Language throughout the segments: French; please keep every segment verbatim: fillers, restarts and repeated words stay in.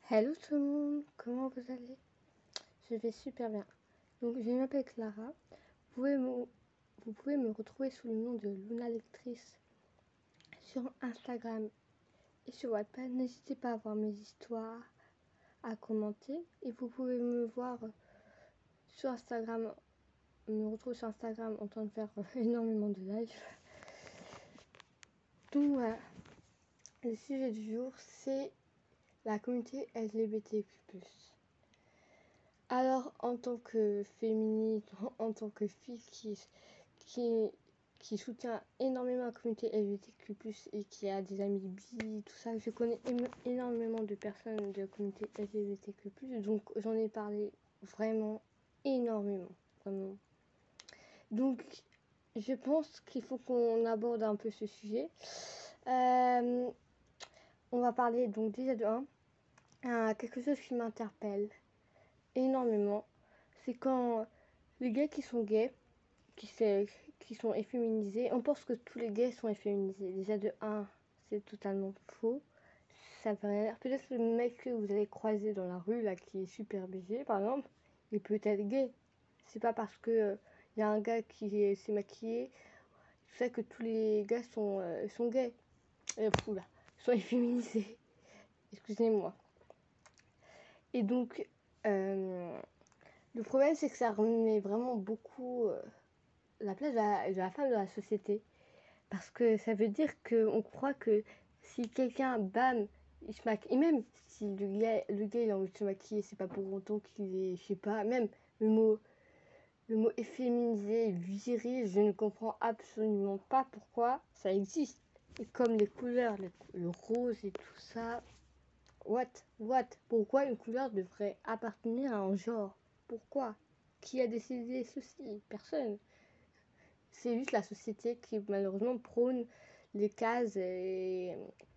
Hello tout le monde, comment vous allez? Je vais super bien. Donc je m'appelle Clara. Vous pouvez, me, vous pouvez me retrouver sous le nom de Luna Lectrice sur Instagram et sur Wattpad. N'hésitez pas à voir mes histoires, à commenter. Et vous pouvez me voir sur Instagram, me retrouver sur Instagram en train de faire énormément de live. Donc voilà, le sujet du jour c'est la communauté L G B T Q plus. Alors, en tant que féministe, en tant que fille qui, qui, qui soutient énormément la communauté L G B T Q plus, et qui a des amis bi, tout ça, je connais énormément de personnes de la communauté L G B T Q plus, donc j'en ai parlé vraiment énormément, vraiment. Donc, je pense qu'il faut qu'on aborde un peu ce sujet. Euh, on va parler donc déjà de un, euh, quelque chose qui m'interpelle énormément. C'est quand les gays qui sont gays, qui, qui sont efféminisés, on pense que tous les gays sont efféminisés. Déjà de un, c'est totalement faux. Ça veut rien dire. Peut-être le mec que vous allez croiser dans la rue, là, qui est super bégé, par exemple, il peut être gay. C'est pas parce que euh, y a un gars qui s'est maquillé, tout ça, que tous les gars sont, euh, sont gays. Euh, fou, là, sont efféminisés. Excusez-moi. Et donc, euh, le problème, c'est que ça remet vraiment beaucoup euh, la place de la, de la femme dans la société. Parce que ça veut dire qu'on croit que si quelqu'un, bam, il se maquille, et même si le gars, le gars il a envie de se maquiller, c'est pas pour autant qu'il est, je sais pas, même le mot, le mot efféminisé, viril, je ne comprends absolument pas pourquoi ça existe. Et comme les couleurs, le, le rose et tout ça, what, what, pourquoi une couleur devrait appartenir à un genre? Pourquoi? Qui a décidé ceci? Personne. C'est juste la société qui malheureusement prône les cases et,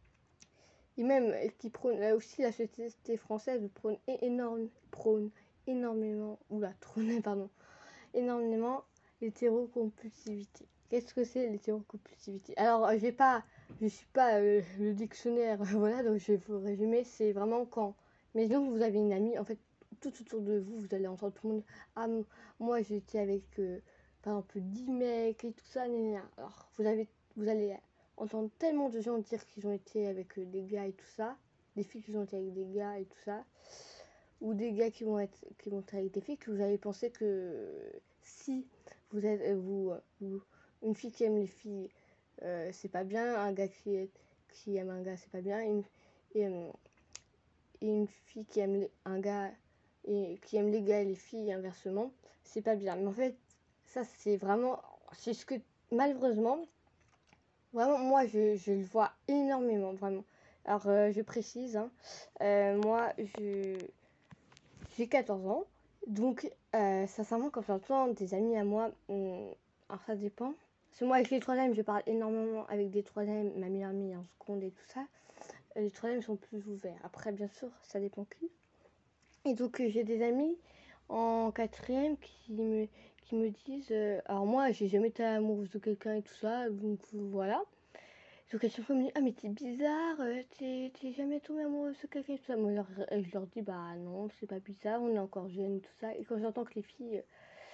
et même qui prône, là aussi la société française prône énorme, prône énormément, oula, trône, pardon, énormément l'hétérocompulsivité. Qu'est-ce que c'est l'hétérocompulsivité? Alors, je vais pas, je suis pas euh, le dictionnaire, voilà, donc je vais vous résumer. C'est vraiment quand, mais donc vous avez une amie, en fait, tout autour de vous, vous allez entendre tout le monde. Ah, moi j'étais avec, euh, par exemple, dix mecs et tout ça, gna gna. Alors, vous avez, vous allez entendre tellement de gens dire qu'ils ont été avec euh, des gars et tout ça, des filles qui ont été avec des gars et tout ça, ou des gars qui vont être, qui vont être avec des filles, que vous allez penser que si vous êtes, vous, vous une fille qui aime les filles, euh, c'est pas bien, un gars qui, est, qui aime un gars, c'est pas bien, et une, et, et une fille qui aime les, un gars et qui aime les gars et les filles, inversement, c'est pas bien. Mais en fait, ça c'est vraiment, c'est ce que malheureusement, vraiment moi je, je le vois énormément, vraiment. Alors euh, je précise, hein, euh, moi je j'ai quatorze ans, donc euh, sincèrement quand j'entends des amis à moi, on... alors ça dépend. Parce que moi avec les troisièmes, je parle énormément avec des troisièmes, ma meilleure amie en seconde et tout ça. Les troisièmes sont plus ouverts. Après bien sûr, ça dépend qui. Et donc euh, j'ai des amis en quatrième qui me, qui me disent, euh, alors moi j'ai jamais été amoureuse de quelqu'un et tout ça, donc euh, voilà. Donc à chaque fois, me disent, ah mais t'es bizarre, euh, t'es, t'es jamais tombée amoureuse de quelqu'un et tout ça. Moi leur, je leur dis, bah non, c'est pas bizarre, on est encore jeunes et tout ça. Et quand j'entends que les filles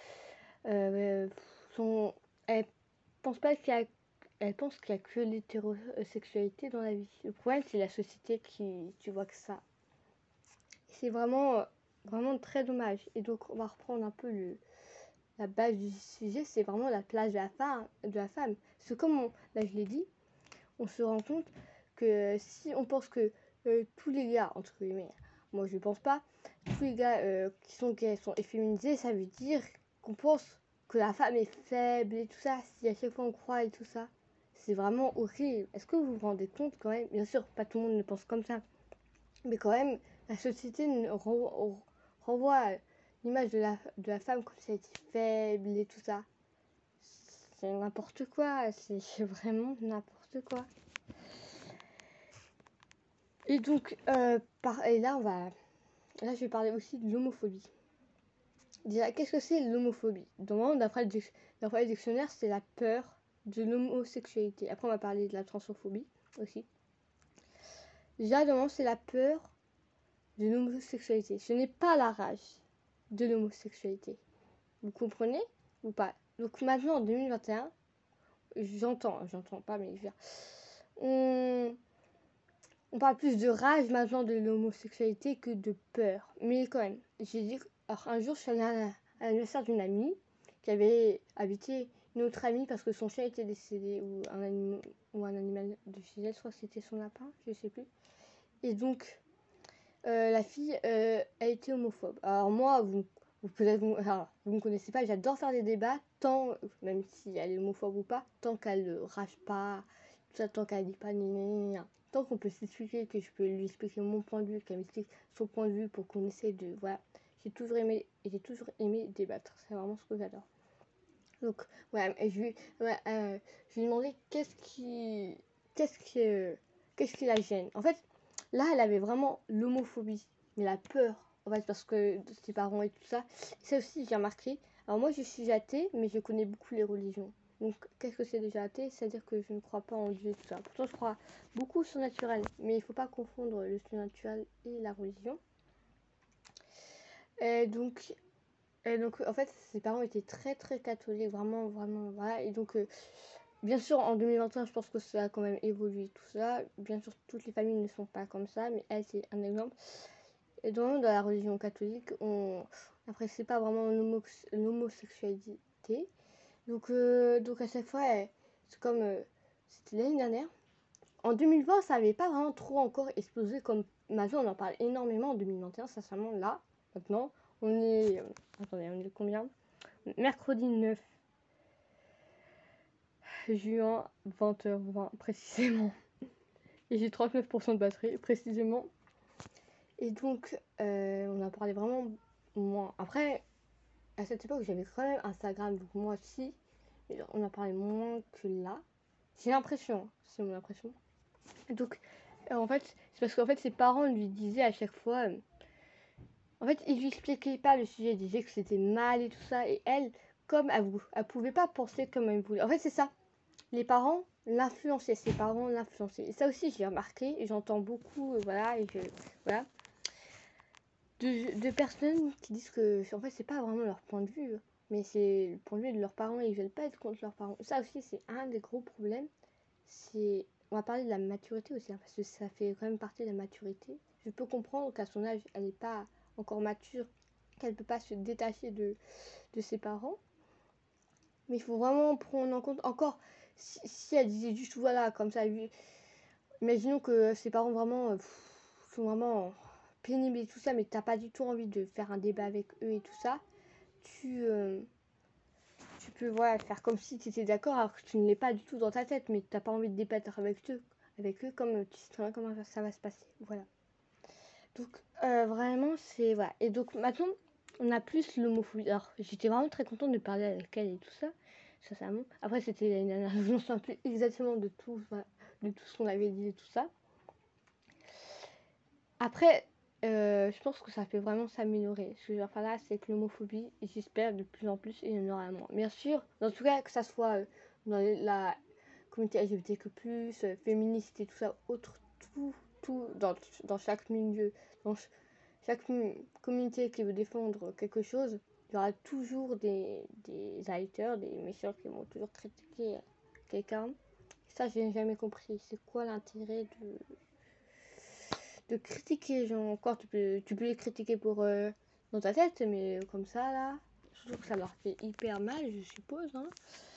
euh, sont, elles pensent pas qu'il y a, elles pensent qu'il y a que l'hétérosexualité dans la vie. Le problème c'est la société qui, tu vois que ça. C'est vraiment, vraiment très dommage. Et donc on va reprendre un peu le, la base du sujet, c'est vraiment la place de la femme. De la femme. Parce que comme on, là je l'ai dit, on se rend compte que si on pense que euh, tous les gars, entre guillemets, moi je pense pas, tous les gars euh, qui sont gays sont efféminisés, ça veut dire qu'on pense que la femme est faible et tout ça, si à chaque fois on croit et tout ça, c'est vraiment horrible. Est-ce que vous vous rendez compte quand même? Bien sûr, pas tout le monde ne pense comme ça, mais quand même, la société renvoie, renvoie l'image de la, de la femme comme si elle était faible et tout ça. C'est n'importe quoi, c'est vraiment n'importe quoi. Et donc, euh, par, et là, on va, là, je vais parler aussi de l'homophobie. Déjà, qu'est-ce que c'est l'homophobie? D'après le, d'après le dictionnaire, c'est la peur de l'homosexualité. Après, on va parler de la transphobie aussi. Déjà, c'est la peur de l'homosexualité. Je n'ai pas la rage de l'homosexualité. Vous comprenez ou pas? Donc maintenant, en deux mille vingt et un, j'entends, j'entends pas, mais je veux dire, on, on parle plus de rage maintenant de l'homosexualité que de peur. Mais quand même, j'ai dit, alors un jour, je suis allée à l'anniversaire d'une amie qui avait habité une autre amie parce que son chien était décédé, ou un, anim, ou un animal de chez elle, je crois que c'était son lapin, je sais plus. Et donc, euh, la fille euh, a été homophobe. Alors moi, vous, vous peut-être vous, alors, vous me connaissez pas, j'adore faire des débats, tant, même si elle est homophobe ou pas, tant qu'elle ne rage pas, tout ça, tant qu'elle dit pas ni ni ni, tant qu'on peut s'expliquer, que je peux lui expliquer mon point de vue, qu'elle m'explique son point de vue pour qu'on essaie de, voilà. J'ai toujours aimé, j'ai toujours aimé débattre. C'est vraiment ce que j'adore. Donc, ouais, je lui, ouais, euh, je lui ai demandé qu'est-ce qui, qu'est-ce qui, euh, qu'est-ce qui la gêne. En fait, là, elle avait vraiment l'homophobie, mais la peur, en fait, parce que de ses parents et tout ça. Ça aussi, j'ai remarqué. Alors moi, je suis athée, mais je connais beaucoup les religions. Donc, qu'est-ce que c'est déjà athée? C'est-à-dire que je ne crois pas en Dieu et tout ça. Pourtant, je crois beaucoup au surnaturel, mais il ne faut pas confondre le surnaturel et la religion. Et donc, et donc, en fait, ses parents étaient très, très catholiques, vraiment, vraiment, voilà. Et donc, euh, bien sûr, en deux mille vingt et un, je pense que ça a quand même évolué, tout ça. Bien sûr, toutes les familles ne sont pas comme ça, mais elle, c'est un exemple. Et donc, dans la religion catholique, on n'apprécie pas vraiment l'homosexualité. Donc, euh, donc, à chaque fois, elle, c'est comme, euh, c'était l'année dernière. En deux mille vingt, ça n'avait pas vraiment trop encore explosé comme maintenant, on en parle énormément en deux mille vingt et un, sincèrement, là, maintenant. On est... Attendez, on est combien? Mercredi neuf juin, vingt heures vingt précisément. Et j'ai trente-neuf pour cent de batterie précisément. Et donc, euh, on en parlait vraiment moins. Après, à cette époque, j'avais quand même Instagram, donc moi aussi. Mais on en parlait moins que là. J'ai l'impression, c'est mon impression. Et donc, euh, en fait, c'est parce qu'en fait, ses parents lui disaient à chaque fois... Euh, En fait, ils lui expliquaient pas le sujet, ils disaient que c'était mal et tout ça. Et elle, comme elle, elle pouvait pas penser comme elle voulait. En fait, c'est ça. Les parents l'influençaient, ses parents l'influençaient. Et ça aussi, j'ai remarqué, et j'entends beaucoup, euh, voilà, et je, voilà, de, de personnes qui disent que, en fait, c'est pas vraiment leur point de vue, mais c'est le point de vue de leurs parents, et ils veulent pas être contre leurs parents. Ça aussi, c'est un des gros problèmes. C'est, on va parler de la maturité aussi, hein, parce que ça fait quand même partie de la maturité. Je peux comprendre qu'à son âge, elle n'est pas encore mature, qu'elle ne peut pas se détacher de, de ses parents. Mais il faut vraiment prendre en compte, encore, si, si elle disait juste voilà, comme ça, lui, imaginons que ses parents vraiment euh, pff, sont vraiment pénibles et tout ça, mais t'as pas du tout envie de faire un débat avec eux et tout ça, tu, euh, tu peux voilà, faire comme si tu étais d'accord alors que tu ne l'es pas du tout dans ta tête, mais t'as pas envie de débattre avec eux, avec eux comme tu sais très bien comment ça va se passer. Voilà. Donc euh, vraiment c'est voilà. Et donc maintenant on a plus l'homophobie. Alors j'étais vraiment très contente de parler avec elle et tout ça, sincèrement. Après c'était l'année dernière, je me souviens plus exactement de tout, voilà, de tout ce qu'on avait dit et tout ça. Après euh, je pense que ça fait vraiment s'améliorer. Ce que je veux faire là c'est que l'homophobie, j'espère de plus en plus il y en aura moins. Bien sûr, dans tout cas que ça soit euh, dans la communauté L G B T Q plus, euh, féministe et tout ça, autre tout, tout dans, dans chaque milieu, dans chaque communauté qui veut défendre quelque chose, il y aura toujours des, des haters, des méchants qui vont toujours critiquer quelqu'un. Ça, j'ai jamais compris. C'est quoi l'intérêt de, de critiquer les gens? Encore, tu peux, tu peux les critiquer pour euh, dans ta tête, mais comme ça, là, je trouve que ça leur fait hyper mal, je suppose. Hein.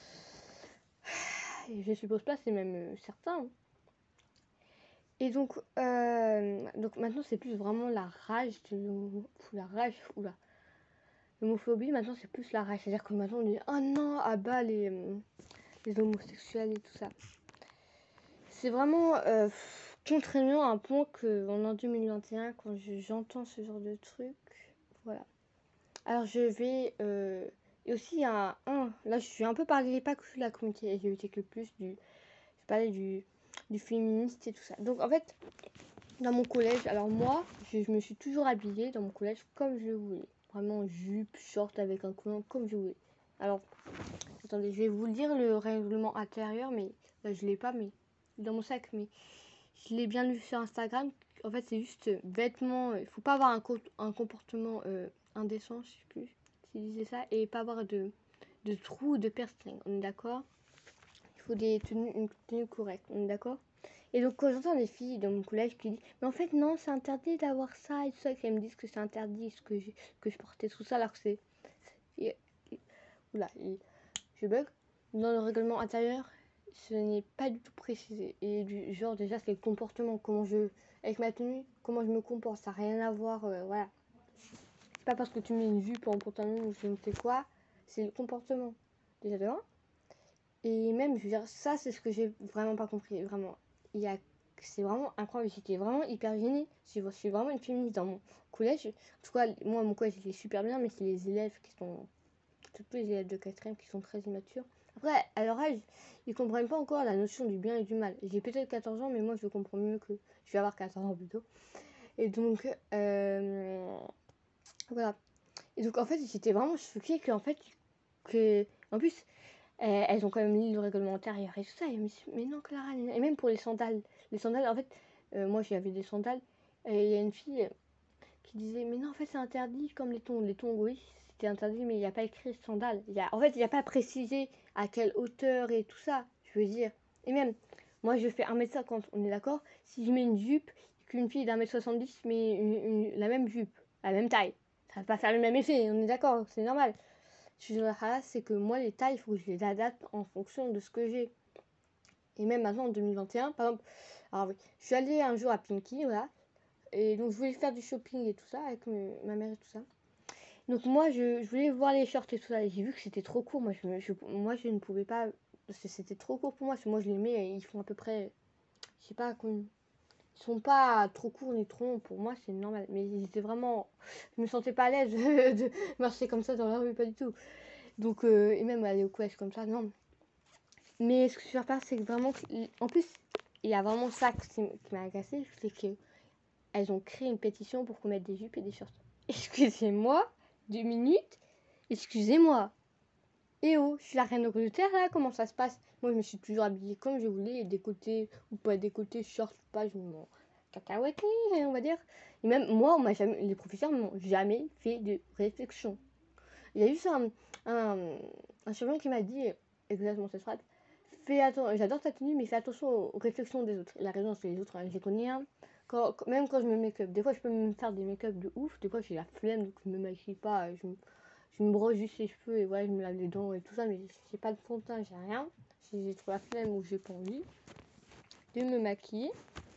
Et je suppose pas, c'est même euh, certain. Et donc, euh, donc maintenant, c'est plus vraiment la rage de la rage, oula. L'homophobie, maintenant, c'est plus la rage. C'est-à-dire que maintenant, on dit « Oh non, à bas les, les homosexuels et tout ça ». C'est vraiment euh, contraignant à un point qu'on est en deux mille vingt et un, quand je, j'entends ce genre de truc, voilà. Alors, je vais... Euh, et aussi, il y a un... Là, je suis un peu parlé, pas que de la communauté L G B T Q plus, du... Je parlais du, du féministe et tout ça. Donc, en fait, dans mon collège, alors moi, je, je me suis toujours habillée dans mon collège comme je voulais. Vraiment jupe, short avec un collant comme je voulais. Alors, attendez, je vais vous lire le règlement intérieur, mais là je l'ai pas, mais dans mon sac, mais je l'ai bien lu sur Instagram en fait, c'est juste euh, vêtements. Il faut pas avoir un, co- un comportement euh, indécent, je sais plus s'il disait ça, et pas avoir de, de trous, de piercing. On est d'accord? Il faut des tenues, une tenue correcte. On est d'accord? Et donc, quand j'entends des filles dans mon collège qui disent, mais en fait, non, c'est interdit d'avoir ça et tout ça, qu'elles me disent que c'est interdit, ce que, j'ai- que je portais tout ça, alors que c'est. c'est- Oula, je bug. Dans le règlement intérieur, ce n'est pas du tout précisé. Et du genre, déjà, c'est le comportement, comment je. Avec ma tenue, comment je me comporte, ça n'a rien à voir, euh, voilà. C'est pas parce que tu mets une jupe en pantalon ou je ne sais quoi, c'est le comportement. Déjà de un. Et même, je veux dire, ça, c'est ce que j'ai vraiment pas compris, vraiment. Il y a. C'est vraiment incroyable, j'étais vraiment hyper gênée. Je suis vraiment une féministe dans mon collège. En tout cas, moi, mon collège, il est super bien, mais c'est les élèves qui sont surtout les élèves de quatrième qui sont très immatures. Après, à leur âge, ils comprennent pas encore la notion du bien et du mal. J'ai peut-être quatorze ans, mais moi je comprends mieux que. Je vais avoir quatorze ans plutôt. Et donc, euh, voilà. Et donc, en fait, j'étais vraiment choquée qu'en fait, que. En plus, euh, elles ont quand même lu le règlement intérieur et tout ça. Et je me suis dit, mais non, Clara. Et même pour les sandales. Les sandales, en fait, euh, moi j'avais des sandales. Et il y a une fille qui disait, mais non, en fait, c'est interdit comme les tongs. Les tongs, oui, c'était interdit, mais il n'y a pas écrit sandales. Il y a, en fait, il n'y a pas précisé à quelle hauteur et tout ça, je veux dire. Et même, moi, je fais un mètre cinquante, on est d'accord? Si je mets une jupe, qu'une fille d'un mètre soixante-dix met une, une, la même jupe, la même taille, ça va pas faire le même effet, on est d'accord, c'est normal. Je suis dans la rage, c'est que moi, les tailles, il faut que je les adapte en fonction de ce que j'ai. Et même maintenant, en deux mille vingt et un, par exemple, alors oui, je suis allée un jour à Pinky, voilà, et donc je voulais faire du shopping et tout ça avec me, ma mère et tout ça. Donc moi je, je voulais voir les shorts et tout ça. Et j'ai vu que c'était trop court. Moi je, je, moi je ne pouvais pas. C'était trop court pour moi. Parce que moi je les mets. Ils font à peu près. Je sais pas. Ils sont pas trop courts ni trop longs. Pour moi c'est normal. Mais ils étaient vraiment. Je me sentais pas à l'aise de marcher comme ça dans la rue. Pas du tout. Donc euh, et même aller au collège comme ça. Non. Mais ce que je veux faire c'est que vraiment. En plus il y a vraiment ça qui m'a agacé. C'est que elles ont créé une pétition pour qu'on mette des jupes et des shorts. Excusez-moi, deux minutes. Excusez-moi. Eh oh, je suis la reine d'Angleterre là, comment ça se passe? Moi je me suis toujours habillée comme je voulais, décoté ou pas décoté, short ou pas, je m'en cacahuète, on va dire. Et même moi, on m'a jamais, les professeurs m'ont jamais fait de réflexion. Il y a juste un, un, un champion qui m'a dit exactement cette phrase. Fais attention, j'adore ta tenue, mais fais attention aux réflexions des autres. La raison, c'est les autres, hein, je les connais. Hein. Quand, quand, même quand je me make-up, des fois je peux me faire des make-up de ouf, des fois j'ai la flemme, donc je me maquille pas, je me, je me brosse juste les cheveux et ouais, je me lave les dents et tout ça, mais j'ai pas de fond de teint, j'ai rien. J'ai trop la flemme ou j'ai pas envie de me maquiller.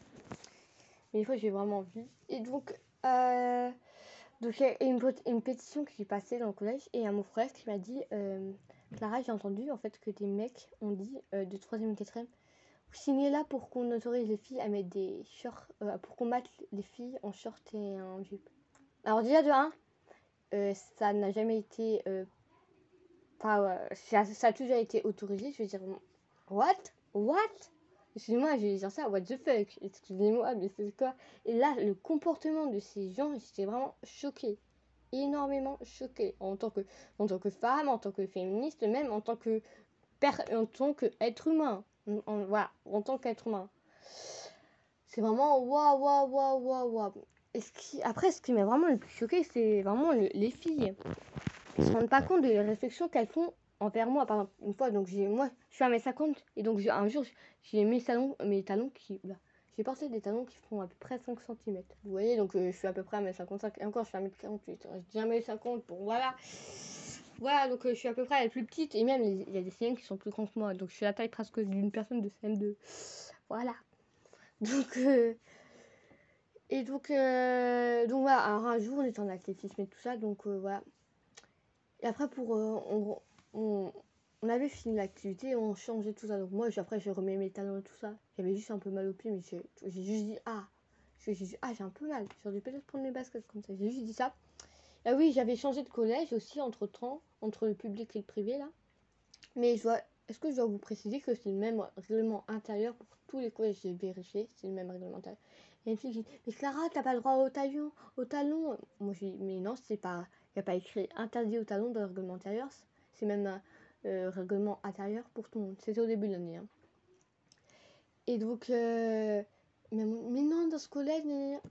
Mais des fois j'ai vraiment envie. Et donc, euh, donc il y a une, une pétition qui est passée dans le collège et il y a mon frère qui m'a dit euh, Clara, j'ai entendu en fait que des mecs ont dit euh, de troisième et quatrième vous signez là pour qu'on autorise les filles à mettre des shorts, euh, pour qu'on mate les filles en short et en jupe. Alors déjà de un, euh, ça n'a jamais été, euh, pas, euh, ça, ça a toujours été autorisé. Je veux dire, what, what? Excusez-moi, je vais dire ça, what the fuck? Excusez-moi, mais c'est quoi? Et là, le comportement de ces gens, j'étais vraiment choquée, énormément choquée en tant que, en tant que femme, en tant que féministe, même en tant que, en tant que être humain. En, en, voilà, en tant qu'être humain. C'est vraiment waouh, waouh, waouh, waouh, waouh. Et ce qui, après, ce qui m'a vraiment le plus choqué, c'est vraiment le, les filles. Elles se rendent pas compte des réflexions qu'elles font envers moi. Par exemple, une fois, donc j'ai, moi, je suis à un mètre cinquante et donc un jour, j'ai mes talons, mes talons qui, là, j'ai porté des talons qui font à peu près cinq centimètres. Vous voyez, donc euh, je suis à peu près à un mètre cinquante-cinq et encore, je suis à un mètre quarante-huit. Je dis un mètre cinquante pour voilà. Voilà, donc euh, je suis à peu près la plus petite et même il y a des C M qui sont plus grands que moi. Donc je suis la taille presque d'une personne de C M deux. Voilà. Donc, euh, et donc, euh, donc voilà, alors un jour on était en athlétisme et tout ça, donc euh, voilà. Et après, pour, euh, on, on, on avait fini l'activité, on changeait tout ça. Donc moi, après, je remets mes talons et tout ça. J'avais juste un peu mal au pied, mais j'ai, j'ai juste dit, ah, j'ai dit, ah, j'ai un peu mal. J'aurais dû peut-être prendre mes baskets comme ça. J'ai juste dit ça. Ah oui, j'avais changé de collège aussi entre temps, entre le public et le privé là. Mais je dois, est-ce que je dois vous préciser que c'est le même règlement intérieur pour tous les collèges? J'ai vérifié, c'est le même règlement intérieur. Il y a une fille qui dit, mais Clara, t'as pas le droit au talon, au talon. Moi je dis, mais non, c'est pas, il n'y a pas écrit interdit au talon dans le règlement intérieur. C'est même un euh, règlement intérieur pour tout le monde. C'était au début de l'année. Hein. Et donc, euh, mais, mais non, dans ce collège, gna, gna, gna.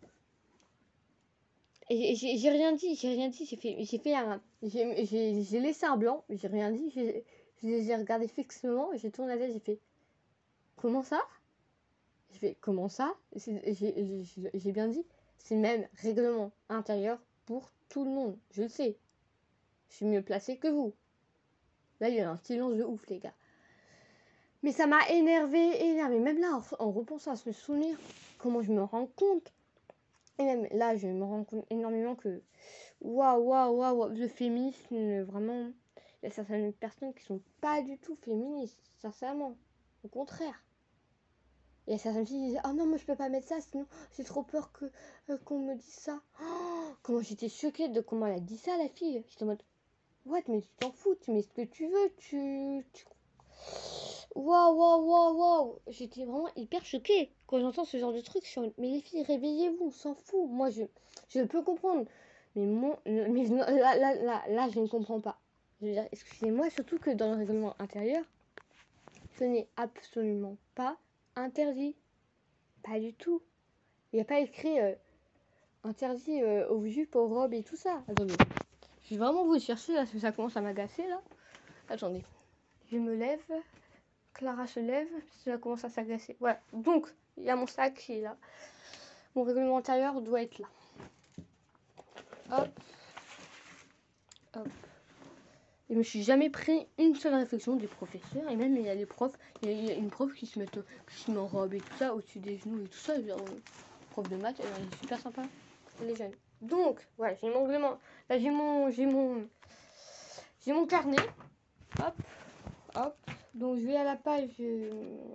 Et j'ai j'ai rien dit, j'ai rien dit, j'ai fait, j'ai fait un, j'ai j'ai- j'ai laissé un blanc, j'ai rien dit, j'ai j'ai- j'ai regardé fixement, j'ai tourné la tête, j'ai fait, comment ça? J'ai fait, comment ça? C'est- J'ai j'ai- j'ai bien dit, c'est même règlement intérieur pour tout le monde, je le sais. Je suis mieux placée que vous. Là, il y a un silence de ouf, les gars. Mais ça m'a énervé, énervé. Même là, en, en repensant à ce souvenir, comment je me rends compte. Et même là, je me rends compte énormément que waouh, waouh, waouh, le féminisme, vraiment, il y a certaines personnes qui sont pas du tout féministes, sincèrement. Au contraire. Il y a certaines filles qui disent ah non, moi je peux pas mettre ça, sinon j'ai trop peur que euh, qu'on me dise ça. Oh, comment j'étais choquée de comment elle a dit ça, la fille. J'étais en mode what, mais tu t'en fous, tu mets ce que tu veux, tu. tu... Waouh, waouh, waouh, waouh. J'étais vraiment hyper choquée quand j'entends ce genre de truc. Je suis en mode, mais les filles, réveillez-vous, on s'en fout. Moi, je, je peux comprendre. Mais, mon, mais là, là, là, là, je ne comprends pas. Je veux dire, excusez-moi, surtout que dans le règlement intérieur, ce n'est absolument pas interdit. Pas du tout. Il n'y a pas écrit euh, interdit euh, aux jupes, aux robes et tout ça. Attendez. Je vais vraiment vous chercher là, parce que ça commence à m'agacer là. Attendez. Je me lève. Clara se lève, ça commence à s'agacer. Voilà, donc il y a mon sac qui est là. Mon règlement intérieur doit être là. Hop. Hop. Et je me suis jamais pris une seule réflexion des professeurs. Et même il y a des profs, il y a une prof qui se met, qui se met en robe et tout ça, au-dessus des genoux et tout ça. Genre, prof de maths, elle est super sympa, les jeunes. Donc, voilà, j'ai mon règlement. Là j'ai mon. J'ai mon. J'ai mon carnet. Hop. Hop. Donc je vais à la page. Euh...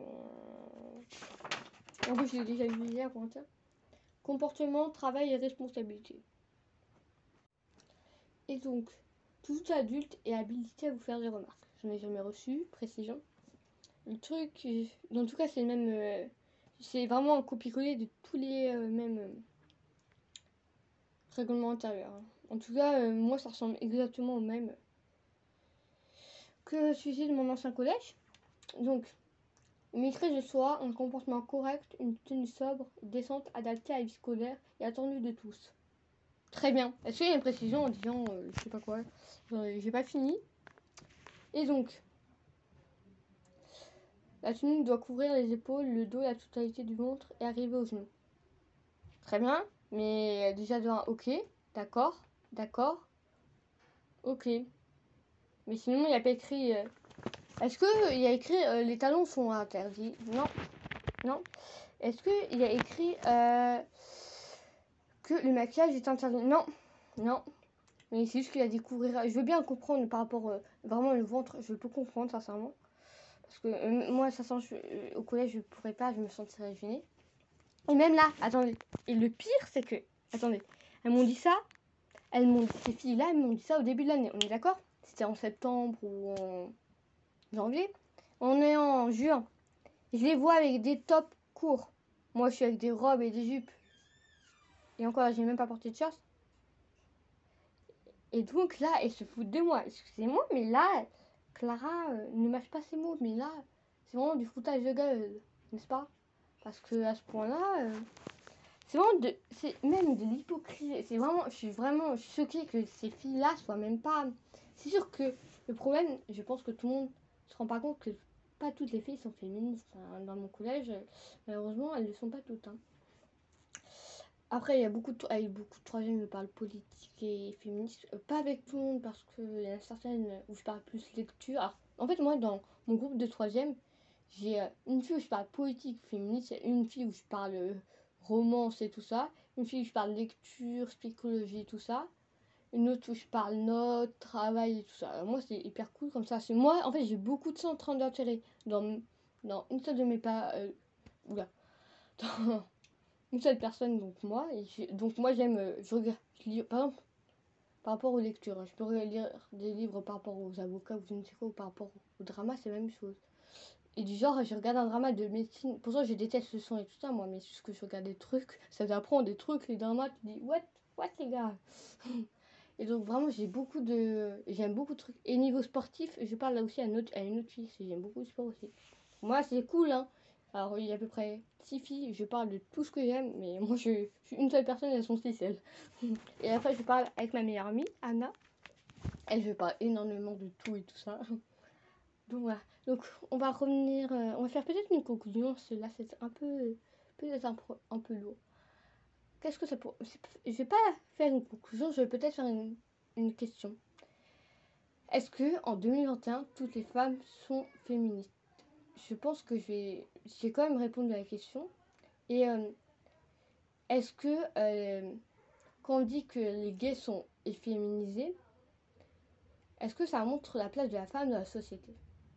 En plus, je l'ai déjà vu hier, pour ça. Comportement, travail et responsabilité. Et donc, tout adulte est habilité à vous faire des remarques. J'en ai jamais reçu, précision. Le truc, en tout cas, c'est le même. Euh, c'est vraiment un copier-coller de tous les euh, mêmes euh, règlements intérieurs. En tout cas, euh, moi, ça ressemble exactement au même que celui de mon ancien collège. Donc, une maîtrise de soi, un comportement correct, une tenue sobre, décente, adaptée à la vie scolaire et attendue de tous. Très bien. Est-ce qu'il y a une précision en disant, euh, je sais pas quoi, j'ai pas fini. Et donc, la tenue doit couvrir les épaules, le dos, la totalité du ventre et arriver aux genoux. Très bien, mais déjà de un, ok, d'accord, d'accord, ok. Mais sinon, il n'y a pas écrit... Euh... Est-ce qu'il y a écrit euh, les talons sont interdits? Non, non. Est-ce qu'il y a écrit euh, que le maquillage est interdit? Non, non. Mais c'est juste qu'il a découvert... Je veux bien comprendre par rapport... Euh, vraiment, le ventre, je peux comprendre, sincèrement. Parce que euh, moi, ça sent, je, euh, au collège, je pourrais pas, je me sentirais gênée. Et même là, attendez. Et le pire, c'est que... Attendez. Elles m'ont dit ça. Elles m'ont Ces filles-là, elles m'ont dit ça au début de l'année. On est d'accord? C'était en septembre ou en janvier. On est en juin. Je les vois avec des tops courts. Moi, je suis avec des robes et des jupes. Et encore, j'ai même pas porté de shorts. Et donc là, elles se foutent de moi. Excusez-moi, mais là, Clara euh, ne mâche pas ses mots. Mais là, c'est vraiment du foutage de gueule. N'est-ce pas? Parce que à ce point-là... Euh, c'est vraiment de, c'est même de l'hypocrisie. C'est vraiment, je suis vraiment choquée que ces filles-là soient même pas. C'est sûr que le problème, je pense que tout le monde se rend pas compte que pas toutes les filles sont féministes. Hein. Dans mon collège, malheureusement, elles ne le sont pas toutes. Hein. Après, il y a beaucoup de, avec beaucoup de troisième, je parle politique et féministe. Euh, pas avec tout le monde parce qu'il y en a certaines où je parle plus lecture. Alors, en fait, moi, dans mon groupe de troisième, j'ai euh, une fille où je parle politique féministe, une fille où je parle euh, romance et tout ça, une fille où je parle lecture, psychologie et tout ça, une autre où je parle notes, travail et tout ça. Alors, moi, c'est hyper cool comme ça. C'est moi, en fait, j'ai beaucoup de centres d'intérêt dans, dans une seule de mes pas. Euh, oula. Dans une seule personne, donc moi. Et donc, moi, j'aime. Euh, je regarde. Je lis, par exemple, par rapport aux lectures, hein, je peux lire des livres par rapport aux avocats ou je ne sais quoi, ou par rapport au drama, c'est la même chose. Et du genre, je regarde un drama de médecine. Pourtant, je déteste le son et tout ça, moi, mais c'est juste que je regarde des trucs, ça t'apprend des trucs, les dramas, tu dis, what, what, les gars. Et donc, vraiment, j'ai beaucoup de. J'aime beaucoup de trucs. Et niveau sportif, je parle là aussi à une autre, à une autre fille, j'aime beaucoup le sport aussi. Moi, c'est cool, hein. Alors, il y a à peu près six filles, je parle de tout ce que j'aime, mais moi, je, je suis une seule personne, elles sont six, elles. Et après, je parle avec ma meilleure amie, Anna. Elle, je parle énormément de tout et tout ça. Donc, voilà. Donc, on va revenir, euh, on va faire peut-être une conclusion. Là, c'est un peu, peut-être un, un peu lourd. Qu'est-ce que ça pourrait... Je vais pas faire une conclusion, je vais peut-être faire une, une question. Est-ce que en deux mille vingt et un, toutes les femmes sont féministes? Je pense que je vais, j'ai quand même répondu à la question. Et euh, est-ce que euh, quand on dit que les gays sont efféminisés, est-ce que ça montre la place de la femme dans la société?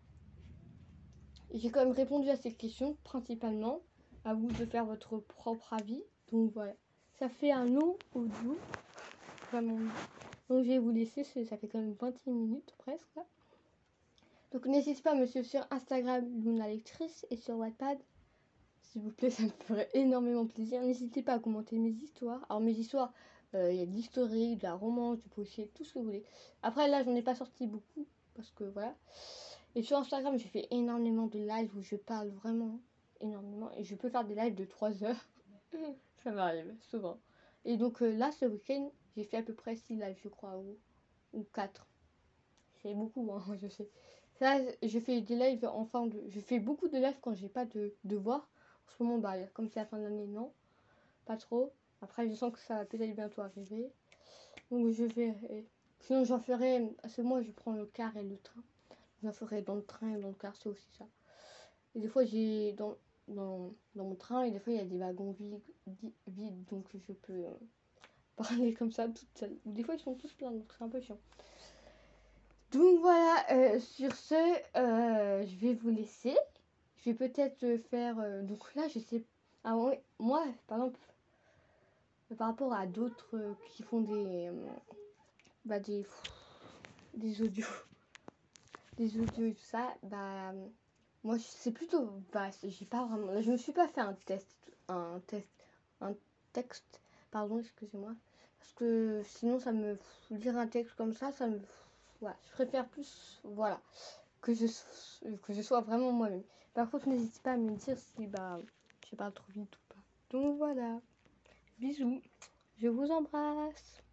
J'ai quand même répondu à cette question principalement. À vous de faire votre propre avis. Donc voilà. Ça fait un long audio. Vraiment. Donc je vais vous laisser. Ça fait quand même vingt et une minutes presque. Là. Donc n'hésitez pas à me suivre sur Instagram, Luna Lectrice, et sur Wattpad. S'il vous plaît, ça me ferait énormément plaisir. N'hésitez pas à commenter mes histoires. Alors mes histoires, il euh, y a de l'historique, de la romance, du policier, tout ce que vous voulez. Après là, j'en ai pas sorti beaucoup. Parce que voilà. Et sur Instagram, j'ai fait énormément de lives où je parle vraiment énormément. Et je peux faire des lives de trois heures. Ça m'arrive souvent. Et donc euh, là, ce week-end, j'ai fait à peu près six lives, je crois, ou, ou quatre. C'est beaucoup, hein, je sais. Là, je fais des lives en fin de... Je fais beaucoup de lives quand j'ai pas de devoirs. En ce moment, bah, comme c'est la fin de l'année, non. Pas trop. Après, je sens que ça va peut-être bientôt arriver. Donc je vais... Sinon, j'en ferai... Ce mois, je prends le car et le train. J'en ferai dans le train et dans le car, c'est aussi ça. Et des fois, j'ai dans, dans, dans mon train, et des fois, il y a des wagons vides, vides donc je peux euh, parler comme ça toute seule. Des fois, ils sont tous pleins, donc c'est un peu chiant. Donc voilà, euh, sur ce, euh, je vais vous laisser. Je vais peut-être faire... Euh, donc là, je sais... Ah, ouais, moi, par exemple, par rapport à d'autres euh, qui font des... Euh, bah, des... Des audios. Des audios et tout ça, bah... Moi, c'est plutôt vaste. J'ai pas vraiment... Je me suis pas fait un test. Un test... Un texte. Pardon, excusez-moi. Parce que sinon, ça me... Lire un texte comme ça, ça me... Voilà. Je préfère plus... Voilà. Que je, que je sois vraiment moi-même. Par contre, n'hésitez pas à me dire si bah, je parle trop vite ou pas. Donc voilà. Bisous. Je vous embrasse.